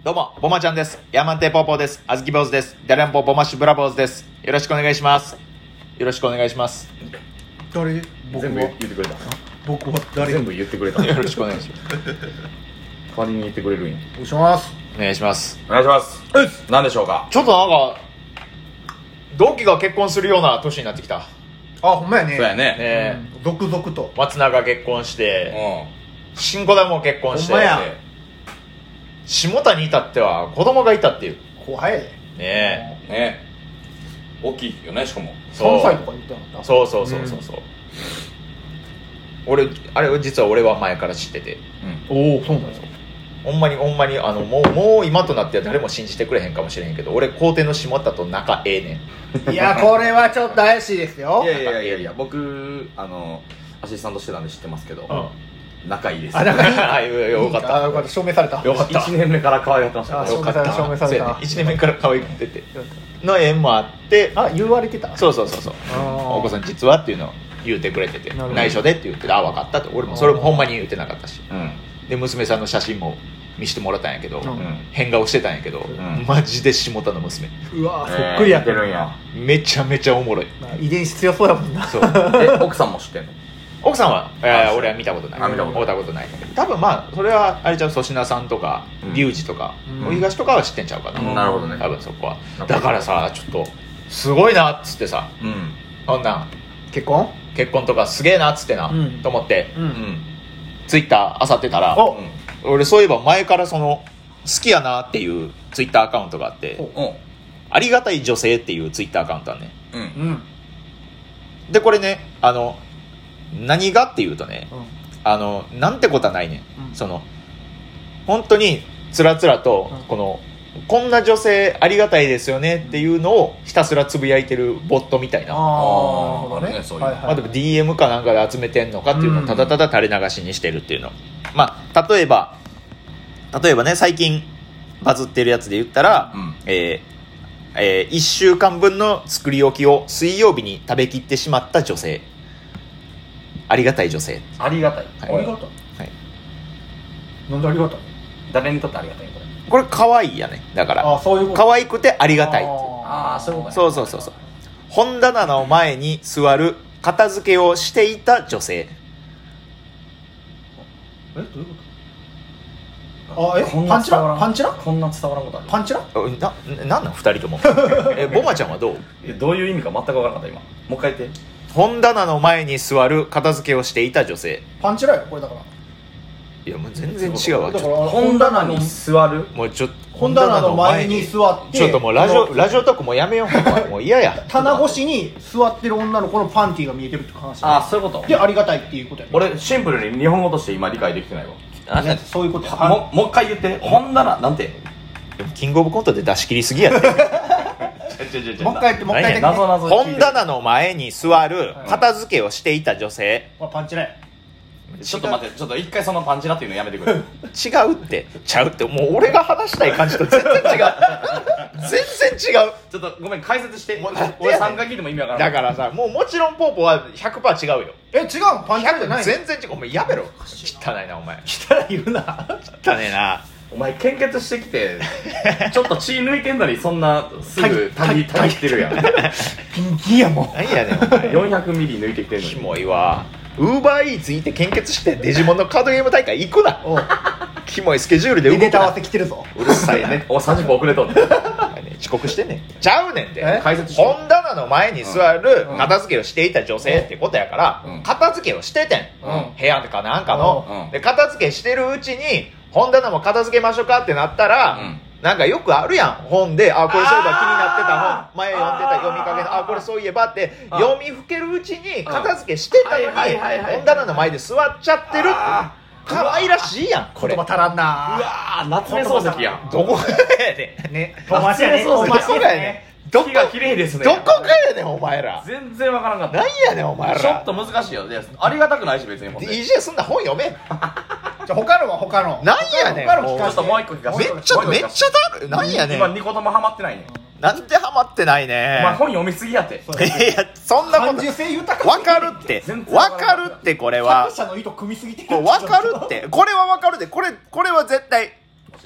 どうも、ボマちゃんです。ヤーマンテーポーポーです。あずき坊主です。ダランポボマッシュブラボーズです。よろしくお願いします。よろしくお願いします。 誰？僕全部は言ってくれた。 僕は誰？ 全部言ってくれた。 よろしくお願いします。 代わりに言ってくれるんや。 お願いします。 お願いします。 お願いします。何でしょうか。 ちょっとなんか、同期が結婚するような年になってきた。 あ、ほんまやね。 そうやね。 ね続々と。 松永が結婚しうて、 ん。 新子田も結婚してほんまや、 下田に至っては子供がいたっていう。 後輩やで。 ねね。大きいよね、しかも。 そう 3歳とか言ってなかった？ そう。俺、あれ実は俺は前から知ってて。 おお、そうなんですよ。 ほんまにもう今となっては誰も信じてくれへんかもしれへんけど、俺皇帝の下田と仲ええねん。 いや、これはちょっと怪しいですよ。 いや、僕、アシスタントしてたんで知ってますけど、仲いいです。 あ、仲いい。 あ、よかったよかった。証明された。 よかった 1年目から可愛がってましたあ、 ね。 証明された。証明された。 1年目から可愛く出ての縁もあってあ、言われてた。 そうおあ子さん実はっていうのを言うてくれてて、 なるほど内緒でって言ってて、あ、分かったって。俺もそれもほんまに言ってなかったし、 うん。 で娘さんの写真も見せてもらったんやけど、 うん変顔してたんやけど、 んマジで下田の娘うわ、そっくりやってるんや。 めちゃめちゃおもろい。 まあ遺伝子強そうやもんな。 そう奥さんも知ってんの？ 奥さんは俺は見たことない。 あ見たことない会ったことないけど、多分まあそれはあれちゃう、粗品さんとかうんリュウジとかうんお東とかは知ってんちゃうかな、 なるほどね。 多分そこは。 うんだからさ、ちょっとすごいなっつってさ、 うん。 こんなん結婚？ 結婚とかすげえなっつってな、 うんと思ってう。 うんん。 ツイッター漁ってたら、 お俺そういえば前からその好きやなっていうツイッターアカウントがあって、 おありがたい女性っていうツイッターアカウントはね。 うん。 うん。 でこれね、何がっていうとね、なんてことはないね、 うんその本当につらつらと、 うんこんな女性ありがたいですよねっていうのをひたすらつぶやいてるボットみたいな、 ああ、なるほどね。 あるねそういうのはいはいまあ、でも DM かなんかで集めてんのかっていうのをただただ垂れ流しにしてるっていうの、まあ例えばね、最近バズってるやつで言ったら、 うん 1週間分の作り置きを水曜日に食べきってしまった女性、ありがたい女性、 ありがたい。 はいありがたい。 はい、 なんでありがたいの？ 誰にとってありがたいこれ。 これ可愛いやね。だからあ、そういうこと。 可愛くてありがたいっていう。 ああ、そういうことね。 そう本棚の前に座る片付けをしていた女性。 どういうこと？あ、 こんパンチな伝わらん。 ラ？パンチラ？ こんな伝わらんことある？ パンチラ？ なん2人ともボマちゃんはどう？ どういう意味か全く分からなかった今。もう一回言って。 本棚の前に座る片付けをしていた女性。 パンチラよ、これだから。 いやもう全然違うわ。 だから本棚に座る。 もうちょっと本棚の前に座ってちょっともうラジオトークもやめよう。もう嫌や。 棚越しに座ってる女の子のパンティーが見えてるって話。 ああ、そういうこと。 で、ありがたいっていうことやね。 俺シンプルに日本語として今理解できてないわ。 ねそういうことや。 もう一回言って。本棚なんて。 でもキングオブコントで出し切りすぎやって。 もう一回言って、もう一回言って。 謎々聞いて本棚の前に座る片付けをしていた女性。 これパンチラや。 ちょっと待って、ちょっと一回そのパンチラっていうのやめてくれ。 違うってちゃうって、もう俺が話したい感じと全然違う。全然違う。 ちょっとごめん、解説して。 もうなんで俺やねん 3回聞いても意味わからない。 だからさ、もうもちろんポーポは 100% 違うよ。 え、違うの？パンチラじゃないの？ 全然違う。お前やめろ。汚いなお前。 来たらいるな。 汚ねえな。 お前献血してきて、ちょっと血抜いてんのにそんなすぐたぎってるやん。 ピンキーやもん。 何やねんお前。 400ミリ抜いてきてんのに。 キモいわ。ウーバーイーツいて献血してデジモンのカードゲーム大会行くな。 おう。 キモいスケジュールで動くな入れた合わせ。来てるぞ。 うるさいね。 お30分遅れとんねん。 遅刻してんねん。ちゃうねんて。 え解説して。 本棚の前に座る片付けをしていた女性ってことやから、 うん片付けをしててん、 うん部屋かなんかの、 うんで片付けしてるうちに本棚も片付けましょうかってなったら、 うんなんかよくあるやん、本で、あ、これそういえば気になってたあー本、前読んでた読みかけの、あ、これそういえばってあー読みふけるうちに片付けしてたのに、 はいはいはいはい本棚の前で座っちゃってるってあ可愛らしいやん、これ。 言葉足らんうな。 わー、夏目漱石やん。 どこがやねん。 ね、遠回しやね。 そうそう遠回しどこがやねん。どこ月が綺麗ですね。 どこがやねん、お前ら。 全然わからんかった。 なんやねん、お前ら。 ちょっと難しいよ。いやありがたくないし別にほんで。 DJ すんな、本読め。 じゃあ他のは他の。 なんやねん他の聞かせて。 ちょっともう一個聞かせてめっちゃだる。なんやねん。 今2個ともハマってないねん。 なんでハマってないねお前本読みすぎやって。 いや、そんなこと感受性豊か。 わかるって全然わかわからんるってこれは作者の意図組みすぎてこれわかるってこれはわかるでこれは絶対教えて。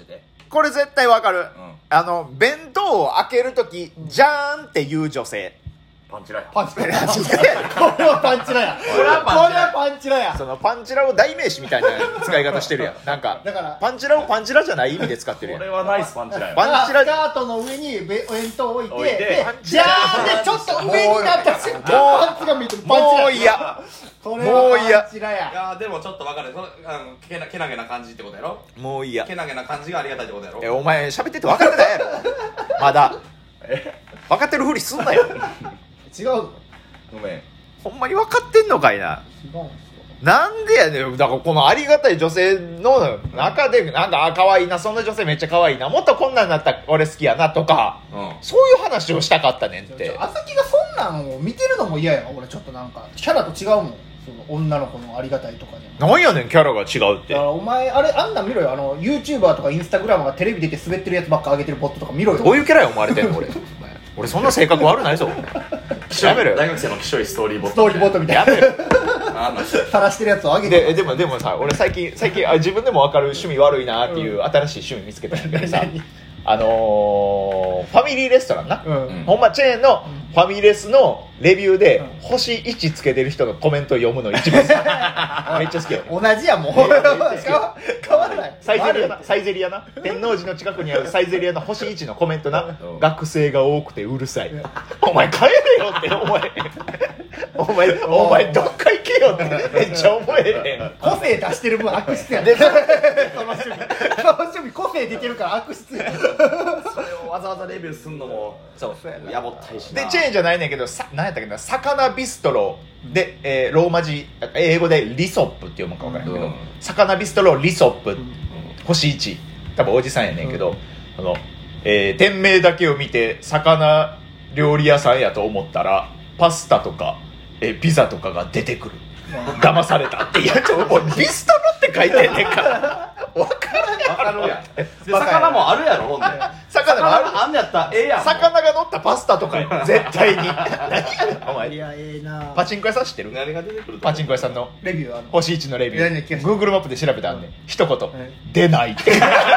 これ絶対わかる、弁当を開けるときじゃーんって言う女性。 パンチラやパンチラやこれはパンチラやこれはパンチラやそのパンチラを代名詞みたいな使い方してるやん。なんかだからパンチラをパンチラじゃない意味で使ってるやん。 これはナイスパンチラやパンチラスカートの上に弁当を置い置いててでじゃーんでちょっと上になった瞬間パンツが見えてるパンチラもう嫌これはパンチラいややでもちょっと分かるけなげな感じってことやろ。 もう嫌。 けなげな感じがありがたいってことやろ。 お前喋ってて分かってないやろまだ分かってるふりすんなよ。 違うのごめん。 ほんまに分かってんのかいな。 違うんすかなんでやねん。だからこのありがたい女性の中でなんか可愛いな、そんな女性めっちゃ可愛いな、もっとこんなんなったら俺好きやなとか、そういう話をしたかったねんって。 あさきがそんなんを見てるのも嫌やわ。俺ちょっとなんかキャラと違うもん。その女の子のありがたいとかでもなんやねんキャラが違うってだからお前あんなん見ろよ。YouTuber とかインスタグラマーがテレビ出て滑ってるやつばっか上げてるボットとか見ろよ。 どういうキャラや思われてんの俺そんな性格悪ないぞ。やめろよ。 大学生のきしょいストーリーボッストーリーボットみたいなやめろよ。 晒してるやつを上げてでもさ、俺最近自分でも分かる趣味悪いなっていう新しい趣味見つけたんだけどさ、ファミリーレストランな、ほんまチェーンのファミレスのレビューで星1つけてる人のコメント読むの一番好き。めっちゃ好きよね。 同じやもう変わらない。 サイゼリアな天王寺の近くにあるサイゼリアの星1のコメントな、学生が多くてうるさい。お前帰れよってお前どっか行けよってめっちゃ思えへん。 個性出してる分悪質やね。その趣味個性出てるから悪質や。 それをわざわざレビューすんのもそうやぼったいしな。 でチェーンじゃないねんけど何やったっけな、魚ビストロで、ローマ字英語でリソップって読むか分からんけど、魚ビストロリソップ、星1多分おじさんやねんけど、店名だけを見て魚料理屋さんやと思ったらパスタとかピザとかが出てくる。騙されたって。いやもうビストロって書いてんねんから分からんやろ。 で魚もあるやろ。ほんで魚もあんねやったらええやん。 魚が乗ったパスタとかよ絶対に。何やねんお前。 いやなパチンコ屋さん知ってる？ 何が出てくる？ パチンコ屋さんのレビュー星1のレビュー Google マップで調べたんで一言出ないって。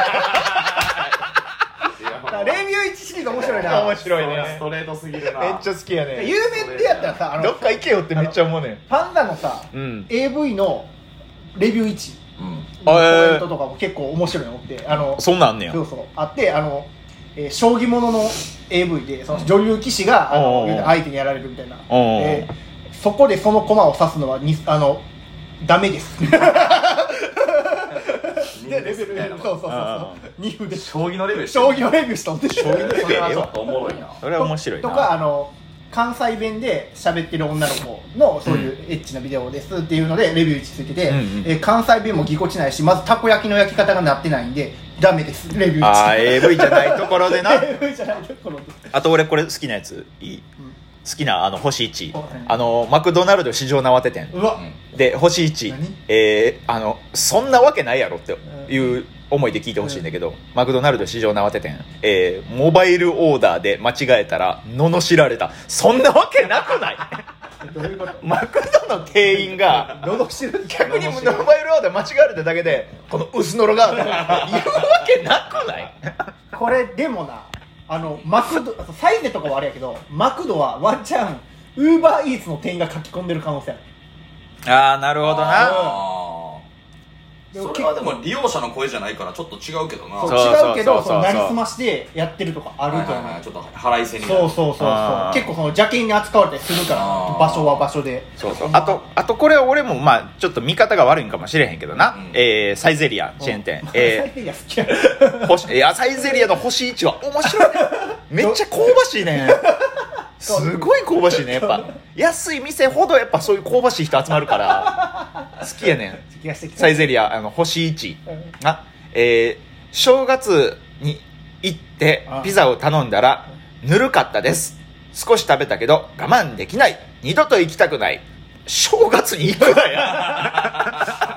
レビュー1シリーズ面白いな。 面白いね。 ストレートすぎるな。 めっちゃ好きやね。 有名ってやったらさどっか行けよってめっちゃ思うねん。 パンダのさ AV のレビュー1コメントとかも結構面白いのってそんなんあんねや。 そうあって将棋ものの AV でその女流棋士が相手にやられるみたいな。そこでその駒を指すのはダメです。レベルそう2分で将棋のレベル将棋のレビューしとんで将棋のレビューそれはちょっとおもろいな。 それは面白いな。 とか関西弁で喋ってる女の子のそういうエッチなビデオですっていうのでレビュー1ついてて、関西弁もぎこちないし、まずたこ焼きの焼き方がなってないんでダメですレビュー1。 AV じゃないところでな。 AV じゃないところで。 あと俺これ好きなやついい？好きな星1、マクドナルド市場縄手店で星1、そんなわけないやろっていう思いで聞いてほしいんだけど、マクドナルド市場縄手店、モバイルオーダーで間違えたら罵られた。そんなわけなくない？ どういうこと？ マクドの店員が逆にモバイルオーダー間違えただけでこの薄のろが言うわけなくない？ これでもなマクドサイゼとかはあれやけど、マクドはワンチャンウーバーイーツの店員が書き込んでる可能性ある。 ああなるほどな。 それはでも利用者の声じゃないからちょっと違うけどな。 違うけどなりすましてやってるとかあると思う。 ちょっと腹いせに。 そう結構邪険に扱われたりするから、場所は場所で。 あとこれは俺もまあちょっと見方が悪いんかもしれへんけどな、サイゼリアチェーン店、 サイゼリア好きや。 サイゼリアの星1は面白いね。めっちゃ香ばしいね。すごい香ばしいね。やっぱ安い店ほどやっぱそういう香ばしい人集まるから好きやねん。サイゼリア星1が、正月に行ってピザを頼んだらぬるかったです。少し食べたけど我慢できない。二度と行きたくない。正月に行くなや。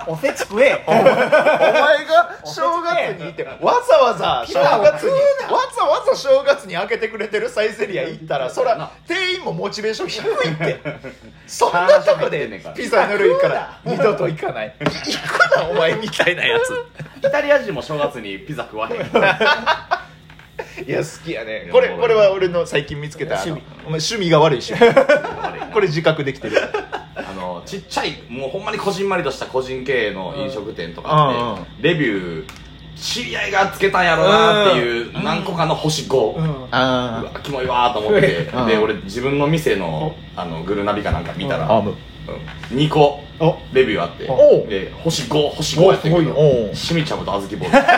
おせち食えお前が正月に行ってわざわざ正月に正月に開けてくれてるサイゼリア行ったらそら店員もモチベーション低いってそんなとこでピザぬるいから二度と行かない行くなお前みたいなやつイタリア人も正月にピザ食わへんいや好きやねこれは俺の最近見つけたお前趣味が悪い趣味これ自覚できてるちっちゃいもうほんまにこじんまりとした個人経営の飲食店とかってレビュー知り合いがつけたんやろなっていう何個かの星5、うわキモいわと思っててで俺自分の店のグルナビかなんか見たら2個レビューあってで星5やったけどしみちゃぶとあずきボール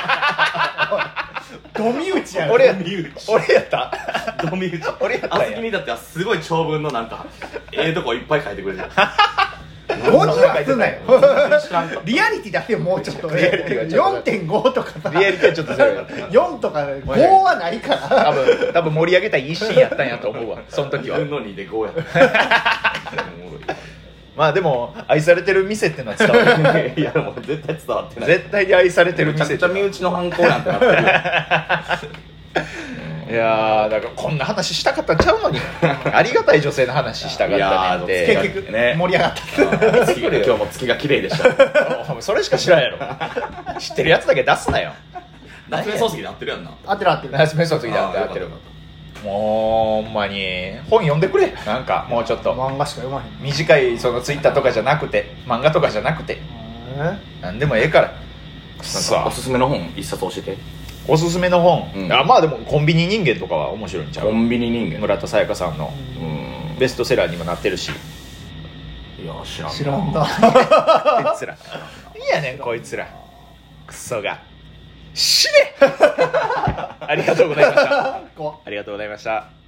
ドミ打ちや俺やったドミ打ち俺やったんやあずきにだってはすごい長文のなんかとこいっぱい書いてくれてる文字はすなよ知らんかリアリティだけもうちょっとリアリティがちょっと 4.5 とかさリアリティはちょっとゼロだった 4とか5はないから多分盛り上げたい一心やったんやと思うわその時はの2で5やったまあでも愛されてる店ってのは伝わるいやもう絶対伝わってない絶対に愛されてるめちゃ店くちゃ身内の犯行なんてなってるよいやーだからこんな話したかったんちゃうのにありがたい女性の話したかったねんて結局ね盛り上がった今日も月が綺麗でしたそれしか知らんやろ知ってるやつだけ出すなよ夏目漱石で合ってるやんな合ってる合ってる夏目漱石で合ってるもうほんまに本読んでくれなんかもうちょっと漫画しか読まへん短いそのツイッターとかじゃなくて漫画とかじゃなくてなんでもええからくそおすすめの本一冊教えておすすめの本、 あまあでもコンビニ人間とかは面白いんちゃうコンビニ人間村田沙耶香さんのベストセラーにもなってるしいや知らん知らんなこいつらいやねんこいつらクソが死ねありがとうございました怖っありがとうございました